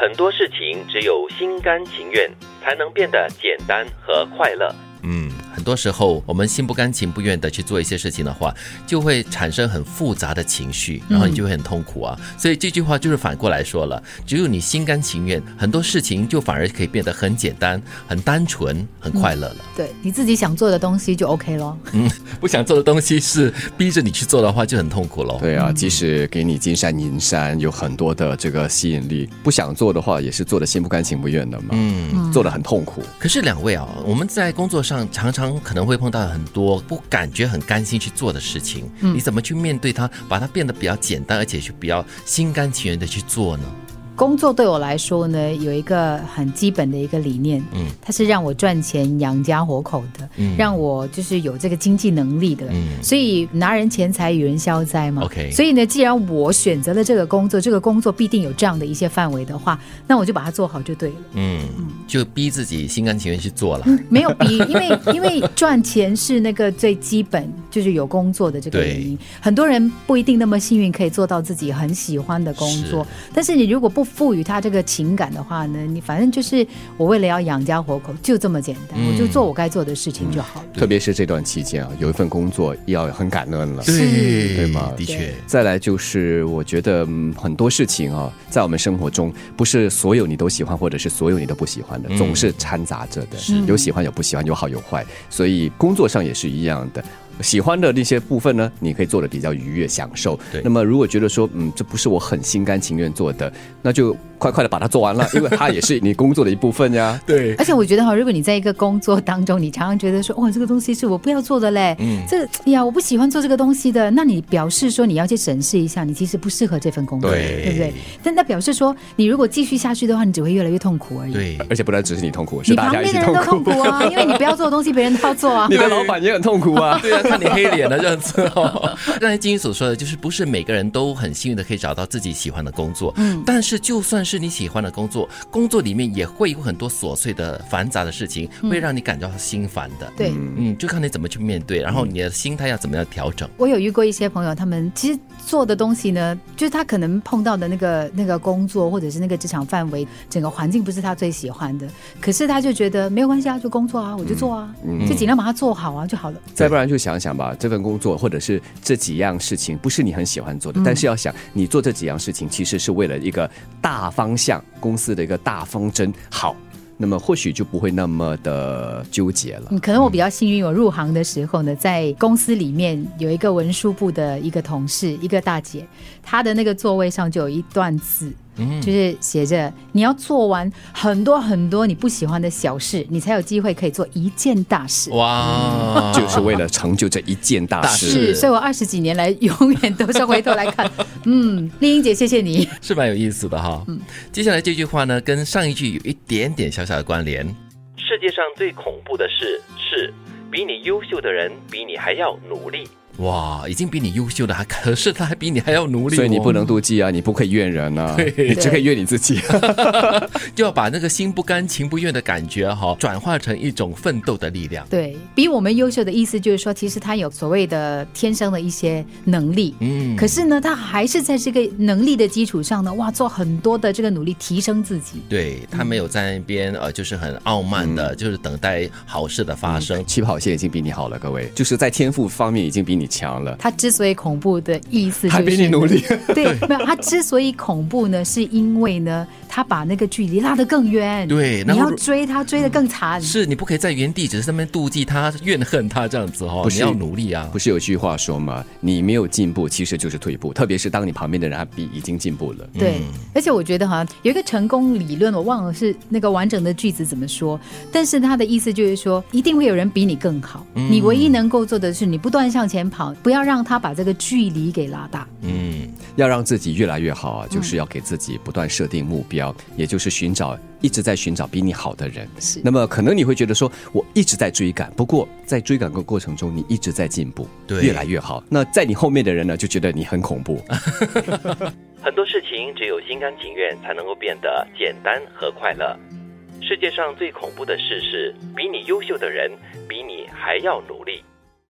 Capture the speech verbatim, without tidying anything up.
很多事情只有心甘情愿才能变得简单和快乐。 嗯，很多时候我们心不甘情不愿的去做一些事情的话，就会产生很复杂的情绪，然后你就会很痛苦啊。嗯、所以这句话就是反过来说了，只有你心甘情愿，很多事情就反而可以变得很简单、很单纯、很快乐了。嗯、 对，你自己想做的东西就 OK 咯。 嗯，不想做的东西是逼着你去做的话，就很痛苦咯。 对啊，即使给你金山银山，有很多的这个吸引力，不想做的话，也是做的心不甘情不愿的嘛。嗯，做的很痛苦。 可是两位啊，我们在工作上常常可能会碰到很多不感觉很甘心去做的事情，嗯、你怎么去面对它，把它变得比较简单，而且去比较心甘情愿的去做呢？ 工作对我来说呢，有一个很基本的一个理念，嗯，它是让我赚钱养家活口的，嗯，让我就是有这个经济能力的，嗯，所以拿人钱财与人消灾嘛 ，OK， 所以呢，既然我选择了这个工作，这个工作必定有这样的一些范围的话，那我就把它做好就对了， 嗯，嗯就逼自己心甘情愿去做了， 嗯、没有逼，因为因为赚钱是那个最基本，就是有工作的这个原因，很多人不一定那么幸运可以做到自己很喜欢的工作，但是你如果不赋予他这个情感的话呢，你反正就是我为了要养家活口，就这么简单，嗯、我就做我该做的事情就好了。 特别是这段期间啊，有一份工作要很感恩了， 对对吗？ 的确。 再来就是我觉得、嗯、很多事情啊，在我们生活中不是所有你都喜欢，或者是所有你都不喜欢的，嗯、总是掺杂着的，有喜欢有不喜欢，有好有坏，所以工作上也是一样的。喜欢的那些部分呢，你可以做得比较愉悦享受。那么如果觉得说嗯这不是我很心甘情愿做的，那就快快的把它做完了，因为它也是你工作的一部分呀。 对， 而且我觉得哈，如果你在一个工作当中，你常常觉得说哇这个东西是我不要做的嘞，嗯，这呀我不喜欢做这个东西的，那你表示说你要去审视一下，你其实不适合这份工作，对，对不对？但那表示说你如果继续下去的话，你只会越来越痛苦而已。 对， 而且不单只是你痛苦，是大家一起痛苦。 你旁边的人都痛苦啊，因为你不要做的东西别人都要做啊。 你的老板也很痛苦啊。 对啊，看你黑脸了这样子哦。刚才金鱼所说的就是不是每个人都很幸运的可以找到自己喜欢的工作，嗯，但是就算是你喜欢的工作，工作里面也会有很多琐碎的繁杂的事情，嗯、会让你感到心烦的。 对， 嗯，就看你怎么去面对，然后你的心态要怎么样调整。 我有遇过一些朋友，他们其实做的东西呢，就是他可能碰到的那个那个工作或者是那个职场范围，整个环境不是他最喜欢的，可是他就觉得没有关系啊，就工作啊，我就做啊，嗯、就尽量把它做好啊就好了。 再不然就想想吧，这份工作或者是这几样事情不是你很喜欢做的，嗯、但是要想你做这几样事情其实是为了一个大方向，公司的一个大方针好，那么或许就不会那么的纠结了。 嗯、可能我比较幸运，我入行的时候呢，在公司里面有一个文书部的一个同事，一个大姐，她的那个座位上就有一段字，嗯、就是写着你要做完很多很多你不喜欢的小事，你才有机会可以做一件大事。 哇， 就是为了成就这一件大事。 是，所以我二十几年来永远都是回头来看，嗯，丽英姐谢谢你， 是蛮有意思的哈。嗯，接下来这句话呢，跟上一句有一点点小小的关联。 世界上最恐怖的事是，比你优秀的人比你还要努力。 哇，已经比你优秀了，可是他还比你还要努力， 所以你不能妒忌啊，你不可以怨人啊，你只可以怨你自己。 就要把那个心不甘情不愿的感觉哈，转化成一种奋斗的力量。 对，比我们优秀的意思就是说，其实他有所谓的天生的一些能力，嗯，可是呢，他还是在这个能力的基础上呢，哇，做很多的这个努力提升自己。 对，他没有在那边呃，就是很傲慢的，嗯、就是等待好事的发生。 嗯、起跑线已经比你好了，各位，就是在天赋方面已经比你强了。 他之所以恐怖的意思就是， 还比你努力。 对，没有，他之所以恐怖呢，是因为呢，他把那个距离拉得更远。 对， 你要追他，追得更惨。 是你不可以在原地只是在那边妒忌他、怨恨他这样子哦，你要努力啊！ 不是有句话说吗？你没有进步，其实就是退步。特别是当你旁边的人他比已经进步了。 对，嗯、而且我觉得哈，有一个成功理论，我忘了是那个完整的句子怎么说，但是他的意思就是说，一定会有人比你更好。嗯、你唯一能够做的是，你不断向前跑，不要让他把这个距离给拉大。 嗯，要让自己越来越好啊，就是要给自己不断设定目标，嗯、也就是寻找一直在寻找比你好的人。 是， 那么可能你会觉得说，我一直在追赶，不过在追赶的过程中，你一直在进步，对，越来越好。那在你后面的人呢，就觉得你很恐怖。 很多事情只有心甘情愿才能够变得简单和快乐。世界上最恐怖的事是，比你优秀的人比你还要努力。